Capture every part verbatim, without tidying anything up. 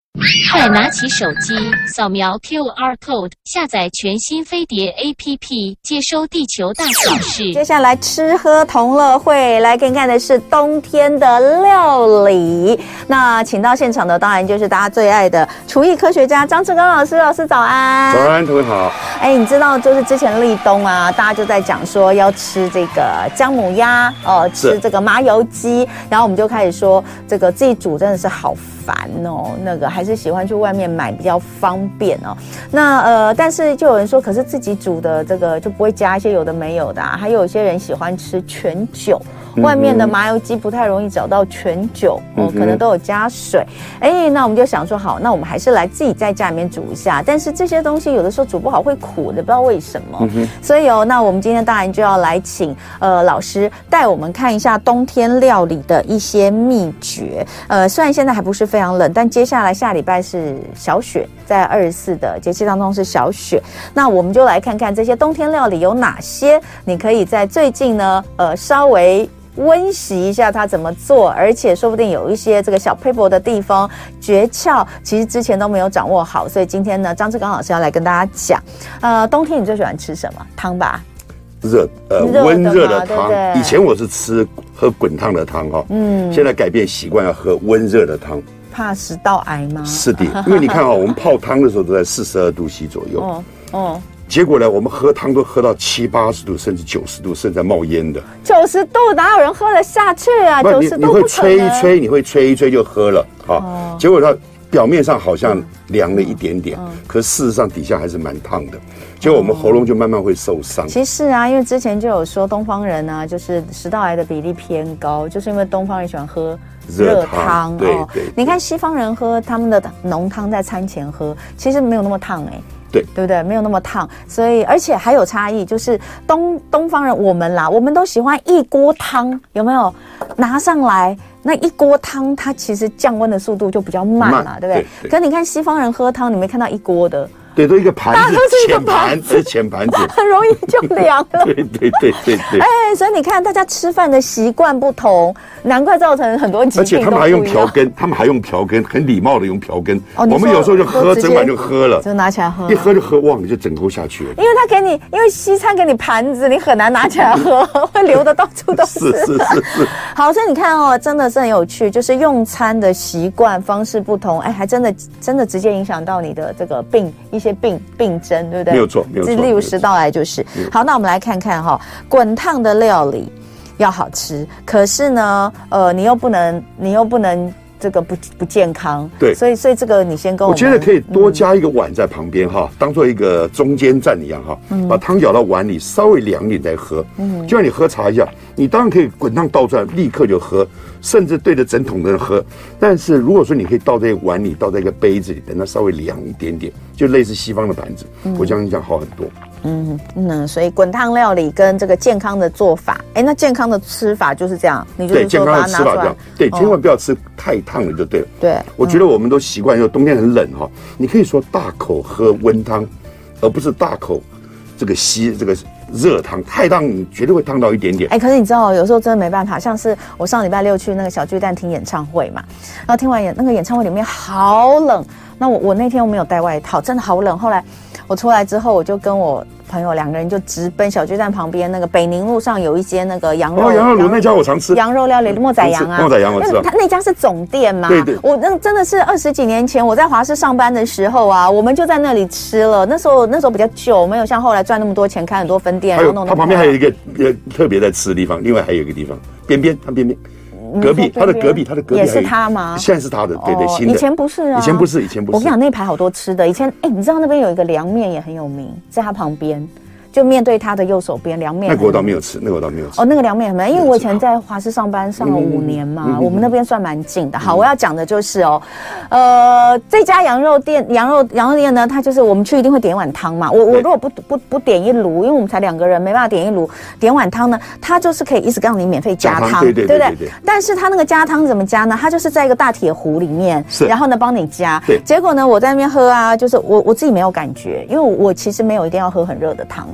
快拿起手机，扫描 Q R code， 下载全新飞碟 A P P， 接收地球大小事。 接下来吃喝同乐会，来看看的是冬天的料理。那请到现场的当然就是大家最爱的厨艺科学家张志刚老师。老师早安。 早安，各位好。 哎，你知道就是之前立冬啊，大家就在讲说要吃这个姜母鸭，呃，吃这个麻油鸡，然后我们就开始说这个自己煮真的是好烦哦，那个还是喜欢去外面买比较方便哦。那呃，但是就有人说，可是自己煮的这个就不会加一些有的没有的啊。还有一些人喜欢吃全酒，外面的麻油鸡不太容易找到全酒哦，可能都有加水。哎，那我们就想说，好，那我们还是来自己在家里面煮一下。但是这些东西有的时候煮不好会苦的，不知道为什么。嗯、所以哦，那我们今天当然就要来请呃老师带我们看一下冬天料理的一些秘诀。呃，虽然现在还不是非常冷，但接下来下礼拜是小雪，在二十四的节气当中是小雪。那我们就来看看这些冬天料理有哪些，你可以在最近呢，呃，稍微温习一下它怎么做，而且说不定有一些这个小撇步的地方诀窍，其实之前都没有掌握好，所以今天呢，张志刚老师要来跟大家讲。呃，冬天你最喜欢吃什么？汤吧？ 热呃温热的汤。对对，以前我是吃喝滚烫的汤哈，嗯，现在改变习惯要喝温热的汤。 怕食道癌吗？ 是的，因为你看啊，我们泡汤的时候都在四十二度 C 左右。哦哦。结果呢，我们喝汤都喝到七八十度，甚至九十度，甚至在冒烟的。 九十度哪有人喝得下去啊？九十度你会吹一吹，你会吹一吹就喝了啊。哦、结果它表面上好像凉了一点点，嗯嗯、可是事实上底下还是蛮烫的。结果我们喉咙就慢慢会受伤。 其实啊，因为之前就有说东方人啊，就是食道癌的比例偏高，就是因为东方人喜欢喝热汤。 对对对， 你看西方人喝他们的浓汤在餐前喝，其实没有那么烫哎、欸。 对对不对？没有那么烫，所以而且还有差异，就是东东方人我们啦，我们都喜欢一锅汤，有没有？拿上来那一锅汤，它其实降温的速度就比较慢嘛，对不对？对对，可你看西方人喝汤，你没看到一锅的。 对，都一个盘子，浅盘子，浅盘子， 很容易就凉了。 对对对对对。 哎，所以你看，大家吃饭的习惯不同，难怪造成很多疾病。 而且他们还用瓢羹，他们还用瓢羹，很礼貌的用瓢羹。哦，我们有时候就喝整碗就喝了， 就拿起来喝， 一喝就喝忘了，就整口下去了。 因为他给你，因为西餐给你盘子，你很难拿起来喝，会流的到处都是。 是是是是。 好，所以你看哦，真的是很有趣，就是用餐的习惯方式不同，哎，还真的真的直接影响到你的这个病一些病病症，对不对？ 没有错，没有错。 例如食道癌就是。好，那我们来看看哈、哦，滚烫的料理要好吃，可是呢，呃，你又不能，你又不能。这个不不健康， 对， 所以所以这个你先跟我我觉得可以多加一个碗在旁边哈、嗯，当做一个中间站一样哈、嗯，把汤舀到碗里，稍微凉一点再喝。嗯，就像你喝茶一样，你当然可以滚烫倒出来立刻就喝，甚至对着整桶的人喝。但是如果说你可以倒在碗里，倒在一个杯子里，等它稍微凉一点点，就类似西方的盘子，嗯、我相信这样好很多。 嗯嗯，所以滚烫料理跟这个健康的做法，哎，那健康的吃法就是这样，你就是说把它拿出来，对，健康的吃法这样， 对，哦、千万不要吃太烫了就对了。 对， 我觉得我们都习惯，因为冬天很冷哈，你可以说大口喝温汤，而不是大口这个吸这个热汤，太烫你绝对会烫到一点点。 哎，可是你知道，有时候真的没办法，像是我上礼拜六去那个小巨蛋听演唱会嘛，然后听完演那个演唱会里面好冷，那我我那天我没有带外套，真的好冷，后来。我出来之后，我就跟我朋友两个人就直奔小巨蛋旁边那个北宁路上有一间那个羊肉， 哦，羊肉炉那家我常吃， 羊肉料理莫仔羊啊， 莫仔羊我知道， 他那家是总店嘛， 对对， 我那真的是二十几年前我在华视上班的时候啊，我们就在那里吃了，那时候那时候比较旧，没有像后来赚那么多钱开很多分店， 还有它旁边还有一个呃特别在吃的地方，另外还有一个地方边边，它边边。隔壁，他的隔壁，他的隔壁也是他吗？ 现在是他的，对对，新的。 以前不是啊， 以前不是，以前不是。 我跟你讲，那排好多吃的。以前，哎，你知道那边有一个凉面也很有名，在他旁边。就面对他的右手边凉面， 那个我倒没有吃，那个我倒没有吃。 哦，那个凉面很美，因为我以前在华视上班上了五年嘛，嗯嗯嗯、我们那边算蛮近的。好，我要讲的就是哦，呃，这家羊肉店，羊肉羊肉店呢，它就是我们去一定会点一碗汤嘛。我我如果不不不点一炉，因为我们才两个人，没办法点一炉，点碗汤呢，它就是可以一直让你免费加汤， 对对对 对, 对, 对, 对, 对。但是它那个加汤怎么加呢？它就是在一个大铁壶里面，然后呢帮你加。对。结果呢，我在那边喝啊，就是我我自己没有感觉，因为我其实没有一定要喝很热的汤，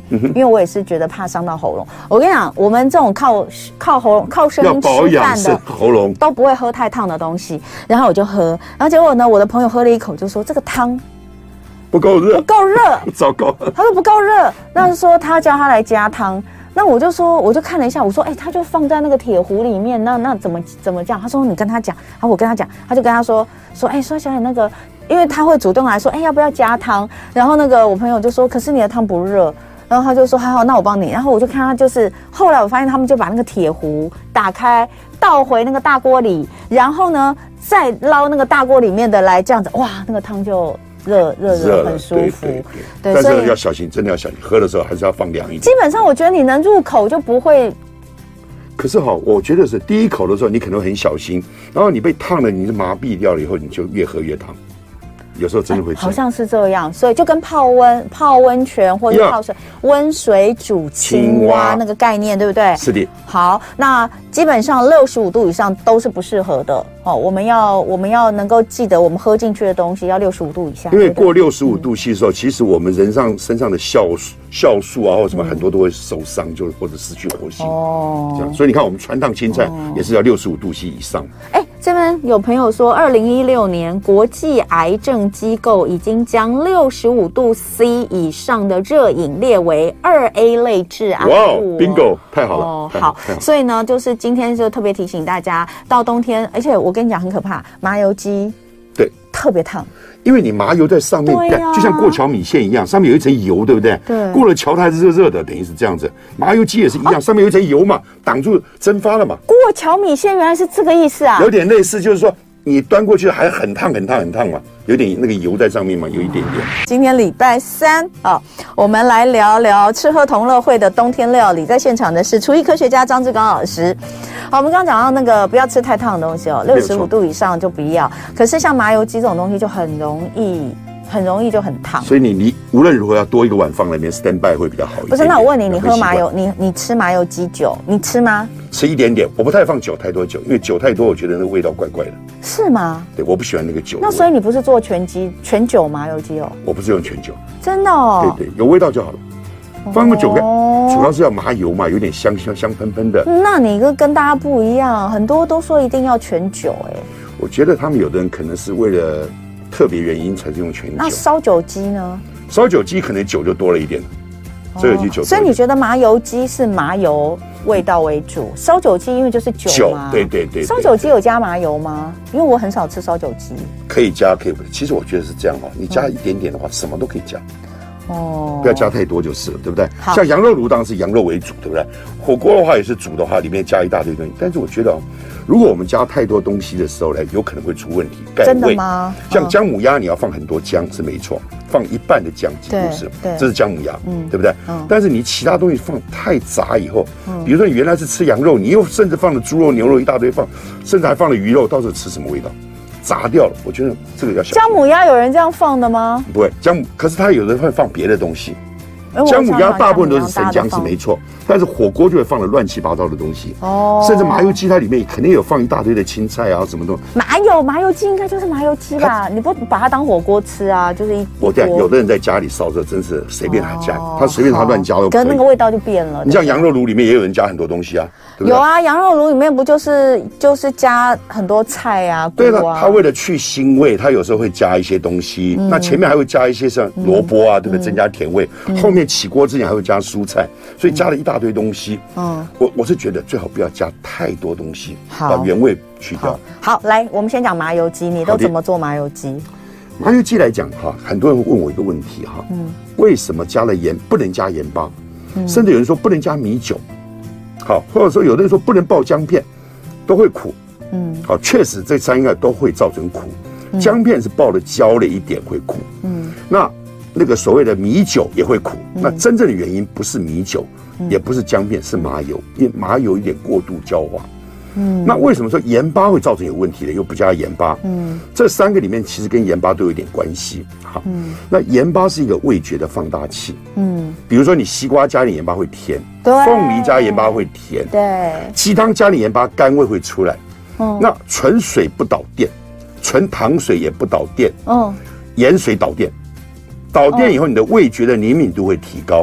嗯、因为我也是觉得怕伤到喉咙。我跟你讲，我们这种靠靠喉咙、靠声音吃饭的喉咙都不会喝太烫的东西。然后我就喝，然后结果呢，我的朋友喝了一口就说这个汤不够热， 不够热， 糟糕。 他说不够热，那是说他叫他来加汤。那我就说，我就看了一下，我说，哎、欸，他就放在那个铁壶里面，那那怎么怎么这样？他说你跟他讲，然后我跟他讲，他就跟他说说，哎、欸，说小姐那个，因为他会主动来说，哎、欸，要不要加汤？然后那个我朋友就说，可是你的汤不热，然后他就说还好，那我帮你。然后我就看他就是，后来我发现他们就把那个铁壶打开，倒回那个大锅里，然后呢再捞那个大锅里面的来，这样子，哇，那个汤就。热热热很舒服， 对，对对，但是要小心，真的要小心，喝的时候还是要放凉一点。 基本上，我觉得你能入口就不会。 可是哈，我觉得是第一口的时候，你可能很小心，然后你被烫了，你就麻痹掉了以后，你就越喝越烫。有时候真的会这样、 哎，好像是这样，所以就跟泡温泡温泉或者泡水温水煮青蛙那个概念，对不对？ 是的。 好，那基本上六十五度以上都是不适合的哦。我们要我们要能够记得，我们喝进去的东西要六十五度以下。 因为过六十五度 C 的时候，嗯、其实我们人上身上的酵素酵素啊，或什么很多都会受伤，就或者失去活性。哦，这样，所以你看，我们川烫青菜也是要六十五度 C 以上。 哎、欸，这边有朋友说，二零一六年国际癌症机构已经将六十五度 C 以上的热饮列为二 A 类致癌物。 哇 ，bingo， 太好了。 哦，好，所以呢，就是今天就特别提醒大家，到冬天，而且我跟你讲很可怕，麻油鸡对特别烫。 因为你麻油在上面，啊、就像过桥米线一样，上面有一层油，对不对？ 对。 过了桥它还是热热的，等于是这样子。麻油鸡也是一样，啊、上面有一层油嘛，挡住蒸发了嘛。 过桥米线原来是这个意思啊？ 有点类似，就是说你端过去还很烫、很烫、很烫嘛，有点那个油在上面嘛，有一点点。 今天礼拜三啊、哦，我们来聊聊吃喝同乐会的冬天料理。在现场的是厨艺科学家张志刚老师。好，我们刚刚讲到那个不要吃太烫的东西哦，六十五度以上就不要。可是像麻油鸡这种东西就很容易，很容易就很烫。 所以你你无论如何要多一个碗放在那边 stand by 会比较好一点。 不是，那我问你，你喝麻油，你你吃麻油鸡酒，你吃吗？ 吃一点点，我不太放酒太多酒，因为酒太多，我觉得那个味道怪怪的。 是吗？ 对，我不喜欢那个酒。 那所以你不是做全鸡全酒麻油鸡哦？ 我不是用全酒。 真的哦？ 对对，有味道就好了。放个酒干，主要是要麻油嘛，有点香香香喷喷的。 那你跟跟大家不一样，很多都说一定要全酒哎、欸。 我觉得他们有的人可能是为了特别原因才是用全酒。 那烧酒鸡呢？ 烧酒鸡可能酒就多了一点，烧酒鸡酒。 所以你觉得麻油鸡是麻油味道为主，烧酒鸡因为就是酒嘛。 对对 对, 对。 烧酒鸡有加麻油吗？因为我很少吃烧酒鸡。 可以加，可以不？其实我觉得是这样哈，你加一点点的话，什么都可以加。哦，不要加太多就是了，对不对？像羊肉炉当然是羊肉为主，对不对？火锅的话也是煮的话，里面加一大堆东西。但是我觉得哦，如果我们加太多东西的时候呢，有可能会出问题。 真的吗？ 像姜母鸭，你要放很多姜是没错，放一半的姜几乎是，这是姜母鸭，嗯，对不对？嗯。但是你其他东西放太杂以后，嗯，比如说你原来是吃羊肉，你又甚至放了猪肉、牛肉一大堆放，甚至还放了鱼肉，到时候吃什么味道？炸掉了，我觉得这个要小心。 姜母鸭有人这样放的吗？ 不会，姜母可是它有人会放别的东西。姜母鸭大部分都是生姜是没错，但是火锅就会放了乱七八糟的东西哦，甚至麻油鸡它里面肯定有放一大堆的青菜啊什么东西。 哪有麻油鸡应该就是麻油鸡吧？你不把它当火锅吃啊？就是一我讲有的人在家里烧着真是随便他加，他随便他乱加都可以， 跟那个味道就变了。 你像羊肉炉里面也有人加很多东西啊，对不对？ 有啊，羊肉炉里面不就是就是加很多菜啊？ 对了，他为了去腥味，他有时候会加一些东西，那前面还会加一些像萝卜啊，对不对？增加甜味，后面起锅之前还会加蔬菜，所以加了一大堆东西。嗯，我我是觉得最好不要加太多东西，把原味去掉。 好，好来，我们先讲麻油鸡，你都怎么做麻油鸡？ 麻油鸡来讲哈，很多人会问我一个问题哈，嗯，为什么加了盐不能加盐巴？嗯，甚至有人说不能加米酒，好，或者说有的人说不能爆姜片，都会苦。嗯，好，确实这三个都会造成苦。嗯，姜片是爆的焦了一点会苦。嗯，那。那个所谓的米酒也会苦，嗯、那真正的原因不是米酒，嗯、也不是姜片，是麻油，因为麻油有点过度焦化。嗯，那为什么说盐巴会造成有问题的？又不加盐巴？嗯，这三个里面其实跟盐巴都有点关系。好，嗯，那盐巴是一个味觉的放大器。嗯，比如说你西瓜加点盐巴会甜，对，凤梨加盐巴会甜，对，鸡汤加点盐巴甘味会出来。嗯，那纯水不导电，纯糖水也不导电。嗯，盐水导电。导电以后，你的味觉的灵敏度会提高，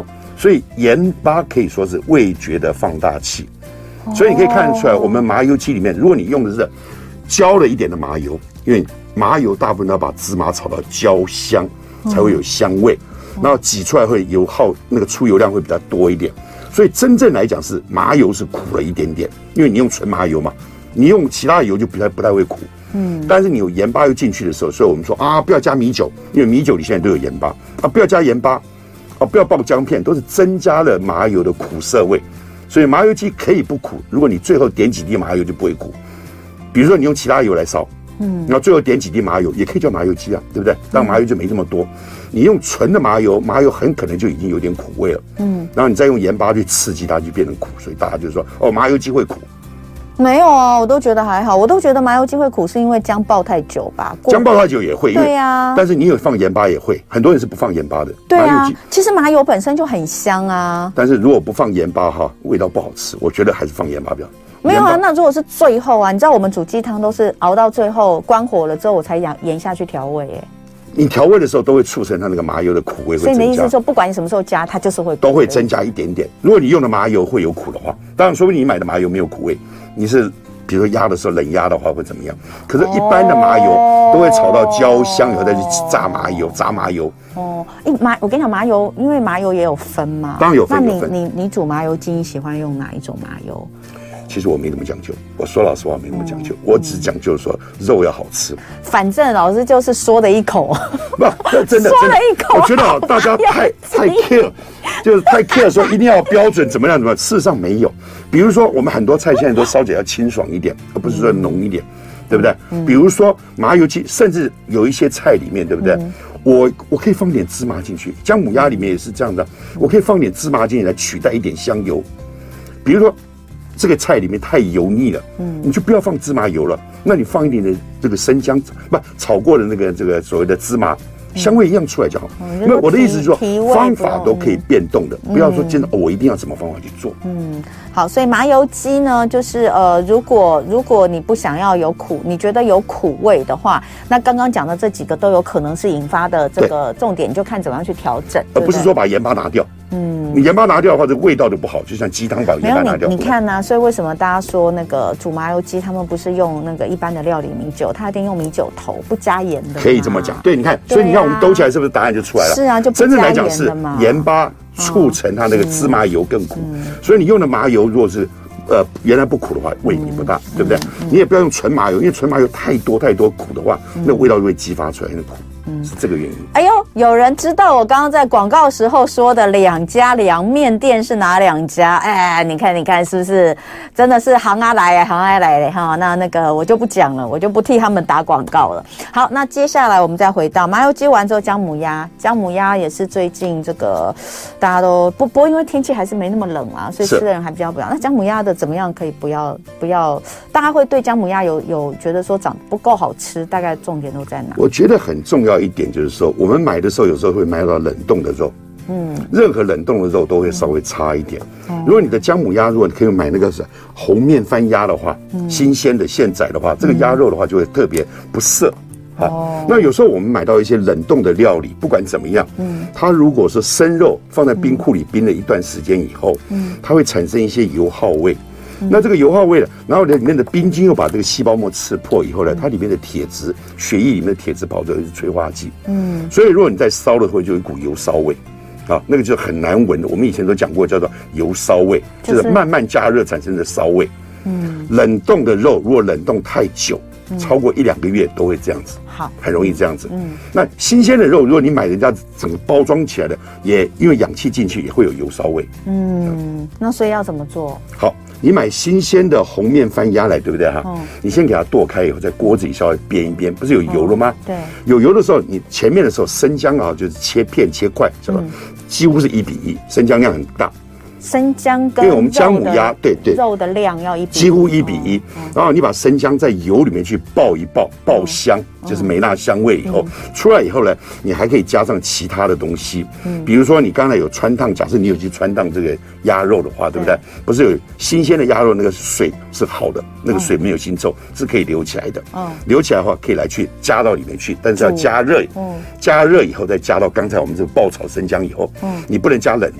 所以盐巴可以说是味觉的放大器。所以你可以看得出来，我们麻油鸡里面，如果你用的是焦了一点的麻油，因为麻油大部分要把芝麻炒到焦香，才会有香味，然后挤出来会油耗那个出油量会比较多一点。所以真正来讲是麻油是苦了一点点，因为你用纯麻油嘛，你用其他的油就不太不太会苦。嗯，但是你有盐巴油进去的时候，所以我们说啊，不要加米酒，因为米酒里现在都有盐巴啊，不要加盐巴啊，不要爆姜片，都是增加了麻油的苦涩味。所以麻油鸡可以不苦，如果你最后点几滴麻油就不会苦。比如说你用其他油来烧，嗯，然后最后点几滴麻油，也可以叫麻油鸡啊，对不对？但麻油就没这么多。你用纯的麻油，麻油很可能就已经有点苦味了，嗯，然后你再用盐巴去刺激它，就变成苦，所以大家就说哦，麻油鸡会苦。 没有啊，我都觉得还好，我都觉得麻油鸡会苦是因为姜爆太久吧？ 姜爆太久也会， 对呀、啊。 但是你有放盐巴也会，很多人是不放盐巴的。 对啊，其实麻油本身就很香啊。 但是如果不放盐巴哈，味道不好吃，我觉得还是放盐巴比较。 没有啊，那如果是最后啊，你知道我们煮鸡汤都是熬到最后关火了之后，我才养盐下去调味耶。 你调味的时候都会促成它那个麻油的苦味会增加。 所以你的意思是说，不管你什么时候加，它就是会苦都会增加一点点。如果你用的麻油会有苦的话，当然说不定你买的麻油没有苦味，你是比如说压的时候冷压的话会怎么样？可是，一般的麻油都会炒到焦香以后再去炸麻油，炸麻油。 哦，麻，我跟你讲，麻油因为麻油也有分嘛， 当然有分。 那你有分你你煮麻油鸡，你喜欢用哪一种麻油？ 其实我没那么讲究，我说老实话没那么讲究，嗯、我只讲究说肉要好吃。 反正老师就是说了一口， 不，真的说了一口。 我觉得啊，大家太太 care， 就是太 care 说一定要标准怎么样怎么样，事实上没有。比如说我们很多菜现在都烧起来要清爽一点，而不是说浓一点，对不对？嗯、比如说麻油鸡，甚至有一些菜里面，对不对？嗯、我我可以放点芝麻进去，姜母鸭里面也是这样的，我可以放点芝麻进去来取代一点香油，比如说。这个菜里面太油腻了，嗯，你就不要放芝麻油了，那你放一点的这个生姜，不炒过的那个这个所谓的芝麻，香味一样出来就好。因为我的意思是说，方法都可以变动的，不要说真的哦，我一定要什么方法去做。嗯， 好，所以麻油鸡呢，就是呃，如果如果你不想要有苦，你觉得有苦味的话，那刚刚讲的这几个都有可能是引发的这个重点，你就看怎么样去调整， 而不是说把盐巴拿掉。嗯，你盐巴拿掉的话，这个味道就不好，就像鸡汤把盐巴拿掉。 你, 你看呢、啊？所以为什么大家说那个煮麻油鸡，他们不是用那个一般的料理米酒，他一定用米酒头，不加盐的。 可以这么讲，对，你看，所以你看我们兜起来是不是答案就出来了？ 是啊，就不加盐的嘛。 真正来讲是盐巴促成它那个芝麻油更苦，嗯、所以你用的麻油如果是呃原来不苦的话，味也不大，嗯、对不对？嗯、你也不要用纯麻油，因为纯麻油太多太多苦的话，嗯、那味道就会激发出来那苦。嗯，是这个原因。 哎呦，有人知道我刚刚在广告时候说的两家凉面店是哪两家？哎，你看，你看，是不是真的是行啊来啊，行啊来嘞哈？那那个我就不讲了，我就不替他们打广告了。好，那接下来我们再回到麻油鸡完之后，姜母鸭，姜母鸭也是最近这个大家都不不过因为天气还是没那么冷啊，所以吃的人还比较不要。那姜母鸭的怎么样可以不要不要？大家会对姜母鸭有有觉得说长不够好吃，大概重点都在哪？ 我觉得很重要。一点就是说，我们买的时候有时候会买到冷冻的肉，嗯，任何冷冻的肉都会稍微差一点。嗯、如果你的姜母鸭，如果你可以买那个是红面番鸭的话，嗯、新鲜的现宰的话，这个鸭肉的话就会特别不涩。好、哦，那有时候我们买到一些冷冻的料理，不管怎么样，嗯，它如果是生肉放在冰库里冰了一段时间以后，嗯，它会产生一些油耗味。那这个油耗味了，然后里面的冰晶又把这个细胞膜刺破以后呢，它里面的铁质，血液里面的铁质跑出来是催化剂，嗯，所以如果你在烧的时候就有一股油烧味，啊，那个就很难闻的。我们以前都讲过，叫做油烧味，就是、就是慢慢加热产生的烧味。嗯，冷冻的肉如果冷冻太久，嗯、超过一两个月都会这样子，好，很容易这样子。嗯，那新鲜的肉，如果你买人家整个包装起来的，也因为氧气进去也会有油烧味。 嗯，那所以要怎么做？ 好。你买新鲜的红面番鸭来，对不对哈？嗯、你先给它剁开以后，在锅子里稍微煸一煸，不是有油了吗？ 嗯、对， 有油的时候，你前面的时候生姜啊，就是切片切块，是吧？嗯、几乎是一比一，生姜量很大。 生姜跟因为我们姜母鸭，对对， 肉的量要一比一， 几乎一比一。嗯、然后你把生姜在油里面去爆一爆，爆香，嗯、就是梅纳香味以后、嗯、出来以后呢，你还可以加上其他的东西，嗯、比如说你刚才有穿烫，假设你有去穿烫这个鸭肉的话，对不对？不是有新鲜的鸭肉，那个水是好的，那个水没有腥臭，嗯、是可以留起来的。嗯，留起来的话可以来去加到里面去，但是要加热。嗯，加热以后再加到刚才我们这个爆炒生姜以后，嗯，你不能加冷的。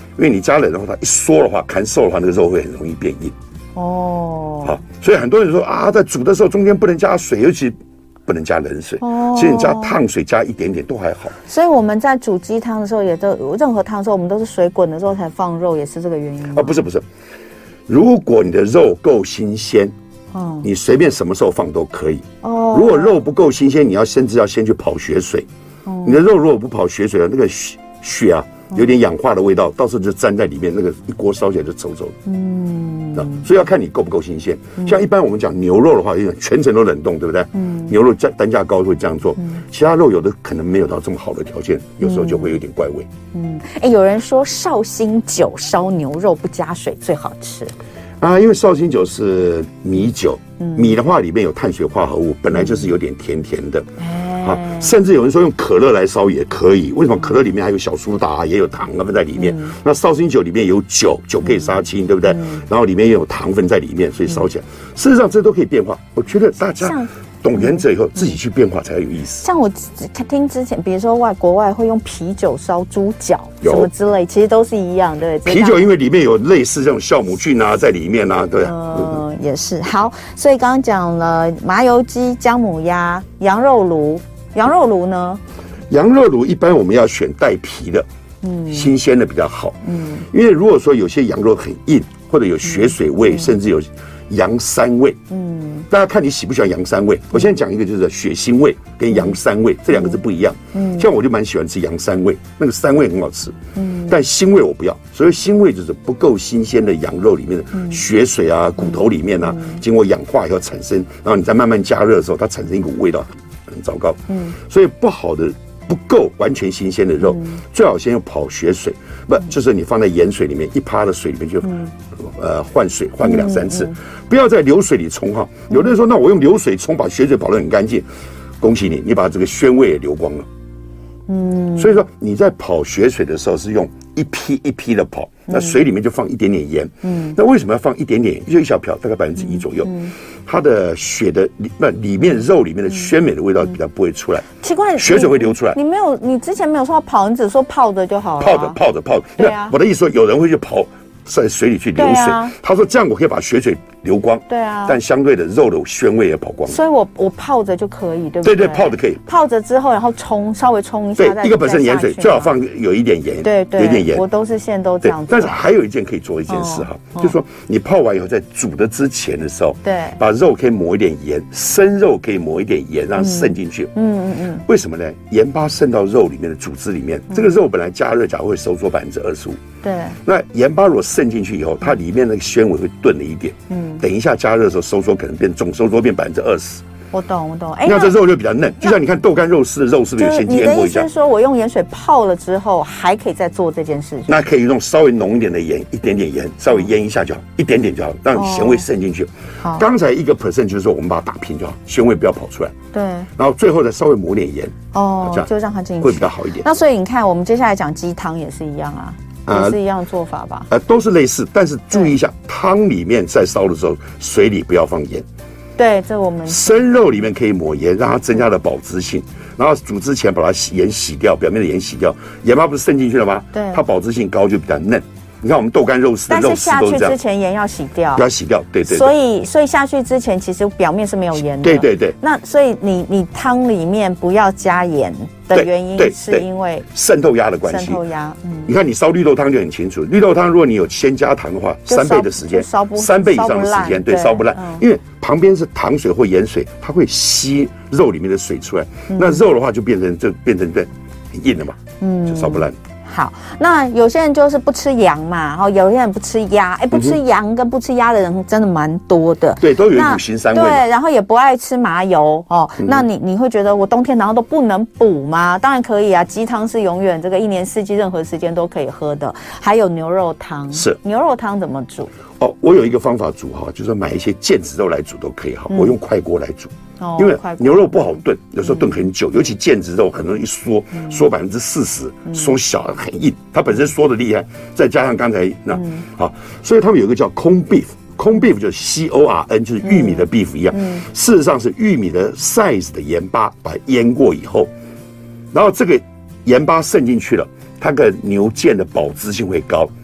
因为你加冷的话，它一缩的话，砍瘦的话，那个肉会很容易变硬。 哦， 好，所以很多人说啊，在煮的时候中间不能加水，尤其不能加冷水。哦，其实你加烫水加一点点都还好。 所以我们在煮鸡汤的时候，也都任何汤的时候，我们都是水滚的时候才放肉，也是这个原因吗？ 啊，不是不是，如果你的肉够新鲜，哦，你随便什么时候放都可以。哦，如果肉不够新鲜，你要甚至要先去跑血水。哦，你的肉如果不跑血水了，那个血血啊。有点氧化的味道，到时候就粘在里面，那个一锅烧起来就臭臭的。嗯，所以要看你够不够新鲜。嗯、像一般我们讲牛肉的话，全程都冷冻，对不对？嗯，牛肉价单价高会这样做，嗯、其他肉有的可能没有到这么好的条件，有时候就会有点怪味。 嗯，哎、欸，有人说绍兴酒烧牛肉不加水最好吃啊，因为绍兴酒是米酒，嗯、米的话里面有碳水化合物，本来就是有点甜甜的。嗯啊，甚至有人说用可乐来烧也可以，为什么？可乐里面还有小苏打，也有糖分在里面。嗯、那绍兴酒里面有酒，酒可以杀青，嗯、对不对？嗯、然后里面也有糖分在里面，所以烧起来。嗯、事实上，这都可以变化。我觉得大家懂原则以后，自己去变化才有意思。 像我听之前，比如说外国外会用啤酒烧猪脚什么之类，其实都是一样，对。 啤酒因为里面有类似这种酵母菌啊在里面啊，对。 嗯，也是。好，所以刚刚讲了麻油鸡、姜母鸭、羊肉炉。羊肉炉呢？ 羊肉炉一般我们要选带皮的，嗯，新鲜的比较好，嗯，因为如果说有些羊肉很硬，或者有血水味，嗯、甚至有羊膻味，嗯，大家看你喜不喜欢羊膻味。我现在讲一个就是血腥味跟羊膻味、嗯、这两个是不一样，嗯，像我就蛮喜欢吃羊膻味，那个膻味很好吃，嗯，但腥味我不要。所以腥味就是不够新鲜的羊肉里面的血水啊、骨头里面啊，嗯、经过氧化以后产生，然后你再慢慢加热的时候，它产生一股味道。很糟糕，嗯，所以不好的、不够完全新鲜的肉，嗯、最好先用跑血水，不、嗯、就是你放在盐水里面，一趴的水里面就，嗯、呃换水换个两三次，嗯嗯、不要在流水里冲哈。有的人说，那我用流水冲把血水跑得很干净，恭喜你，你把这个鲜味也流光了。嗯，所以说你在跑血水的时候是用一批一批的跑，那水里面就放一点点盐。嗯，那为什么要放一点点？就一小瓢，大概百分之一左右。嗯，它的血的里那里面肉里面的鲜美的味道比较不会出来。 奇怪， 血水会流出来。 你没有，你之前没有说跑，你只说泡着就好了。 泡着泡着泡着。对啊。我的意思说，有人会去跑。在水里去流水，啊、他说这样我可以把血水流光， 对啊， 但相对的肉的鲜味也跑光了， 所以我我泡着就可以，对不对？对对，泡着可以， 泡着之后然后冲，稍微冲一下， 对，一个本身盐水最好放有一点盐， 对对， 有一点盐， 我都是现在都这样做。 但是还有一件可以做一件事哈，哦、就是说你泡完以后在煮的之前的时候， 对， 把肉可以抹一点盐，生肉可以抹一点盐，让它渗进去。嗯嗯嗯，为什么呢？盐巴渗到肉里面的组织里面，嗯、这个肉本来加热假如会收缩百分之二十五。 对， 那盐巴如果渗进去以后，它里面那个纤维会钝了一点。嗯，等一下加热的时候收缩可能变总收缩变百分之二十。 我懂，我懂。哎， 那这肉就比较嫩，就像你看豆干肉丝的肉是不是有先腌过一下？ 你的意思是说我用盐水泡了之后，还可以再做这件事情？ 那可以用稍微浓一点的盐，一点点盐，稍微腌一下就好，一点点就好，让咸味渗进去。好，刚才一个 percent 就是说我们把它打平就好，咸味不要跑出来。 对， 然后最后再稍微抹点盐。 哦，这样就让它进去会比较好一点。 那所以你看，我们接下来讲鸡汤也是一样啊。也是一样的做法吧？ 呃，都是类似，但是注意一下，汤里面在烧的时候，水里不要放盐。 对，这我们生肉里面可以抹盐，让它增加了保汁性。然后煮之前把它洗盐洗掉，表面的盐洗掉，盐巴不是渗进去了吗？ 对， 它保汁性高就比较嫩。你看我们豆干肉丝的肉丝都是这样。 但是下去之前盐要洗掉， 不要洗掉，对 对, 对。 所以所以下去之前其实表面是没有盐的。 对对对。 那所以你你汤里面不要加盐的原因是因为渗透压的关系。 渗透压，嗯。 你看你烧绿豆汤就很清楚，绿豆汤如果你有先加糖的话，三倍的时间， 烧不三倍以上的时间，对，烧不烂，嗯、因为旁边是糖水或盐水，它会吸肉里面的水出来，嗯、那肉的话就变成就变成很硬了嘛，嗯，就烧不烂。 好，那有些人就是不吃羊嘛，然后有些人不吃鸭，哎，不吃羊跟不吃鸭的人真的蛮多的， 对，都有一股腥膻味。 对，然后也不爱吃麻油哦。嗯、那你你会觉得我冬天难道都不能补吗？当然可以啊，鸡汤是永远这个一年四季任何时间都可以喝的。还有牛肉汤， 是牛肉汤怎么煮？ 哦，我有一个方法煮哈，就是买一些腱子肉来煮都可以哈，嗯、我用快锅来煮。哦、因为牛肉不好炖，有时候炖很久，嗯、尤其腱子肉很容易缩，嗯、缩百分之四十，缩小很硬，它本身缩的厉害，再加上刚才那好、嗯，所以他们有一个叫空 beef， 空 beef 就是 C O R N， 就是玉米的 beef 一样，嗯、事实上是玉米的 size 的盐巴把它腌过以后，然后这个盐巴渗进去了，它的牛腱的保汁性会高，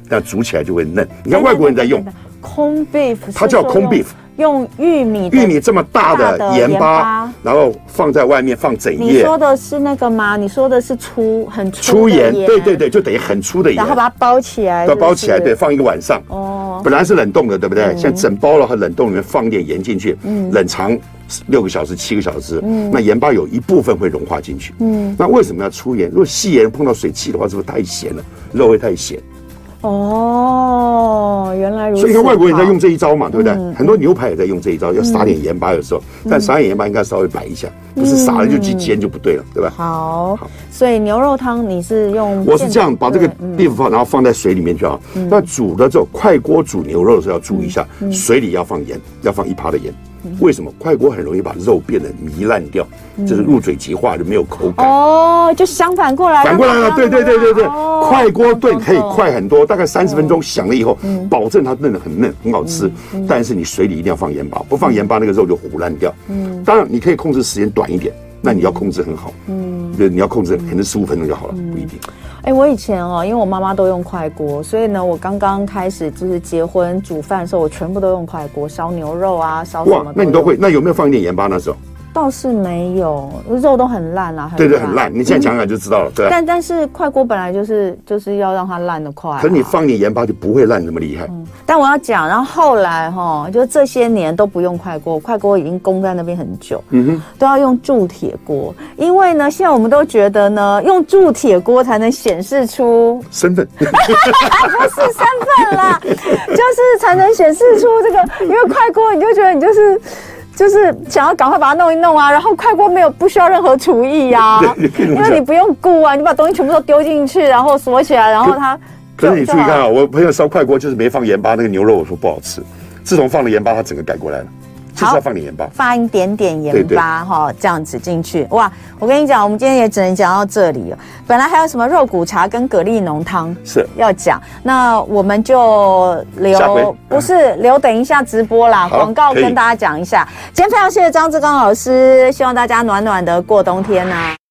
但煮起来就会嫩。你看外国人在用空 beef， 它叫空 beef。 用玉米玉米这么大的盐巴，然后放在外面放整夜。 你说的是那个吗？你说的是粗很粗粗盐，对对对，就等于很粗的盐， 然后把它包起来， 对，包起来，对，放一个晚上。哦，本来是冷冻的，对不对？嗯、现在整包了和冷冻里面放一点盐进去，嗯，冷藏六个小时、七个小时，嗯，那盐巴有一部分会融化进去，嗯，那为什么要粗盐？如果细盐碰到水汽的话，是不是太咸了？肉会太咸。 哦，原来如此。 所以你看外国人在用这一招嘛，对不对？嗯、很多牛排也在用这一招，要撒点盐巴的时候，嗯、但撒点盐巴应该稍微摆一下，不是撒了就去煎就不对了，对吧？ 好，好，所以牛肉汤你是用？ 我是这样把这个 beef 放，然后放在水里面就好。嗯、那煮了之后，快锅煮牛肉的时候要注意一下，嗯、水里要放盐，要放一趴的盐。为什么快锅很容易把肉变得糜烂掉，就是入嘴即化，就没有口感。 哦，就相反过来， 反过来了，对对对对对，哦、快锅炖可以快很多，大概三十分钟响了以后，嗯、保证它嫩得很嫩，很好吃。嗯、但是你水里一定要放盐巴，不放盐巴那个肉就糊烂掉。嗯，当然你可以控制时间短一点，那你要控制很好。嗯，对，你要控制可能十五分钟就好了，嗯、不一定。 哎、欸，我以前哦，因为我妈妈都用快锅，所以呢，我刚刚开始就是结婚煮饭的时候，我全部都用快锅烧牛肉啊，烧什么。哇， 那你都会？那有没有放一点盐巴那时候？ 倒是没有，肉都很烂啊， 对对，很烂。你现在讲讲就知道了，对、啊。 但但是快锅本来就是就是要让它烂得快、啊， 可是你放一点盐巴就不会烂那么厉害。嗯、 但我要讲，然后后来哈，就这些年都不用快锅，快锅已经供在那边很久，嗯哼，都要用铸铁锅，因为呢，现在我们都觉得呢，用铸铁锅才能显示出身份， 不是身份啦，就是才能显示出这个，因为快锅你就觉得你就是。就是想要赶快把它弄一弄啊，然后快锅没有不需要任何厨艺呀、啊，因为你不用顾啊，你把东西全部都丢进去，然后锁起来，然后它。 可是你注意看啊，我朋友烧快锅就是没放盐巴，那个牛肉我说不好吃，自从放了盐巴，它整个改过来了。就是要放点盐巴， 放一点点盐巴哈，这样子进去。哇，我跟你讲，我们今天也只能讲到这里了。本来还有什么肉骨茶跟蛤蜊浓汤是要讲，那我们就留不是留等一下直播啦，广告跟大家讲一下。今天非常谢谢张志刚老师，希望大家暖暖的过冬天啊。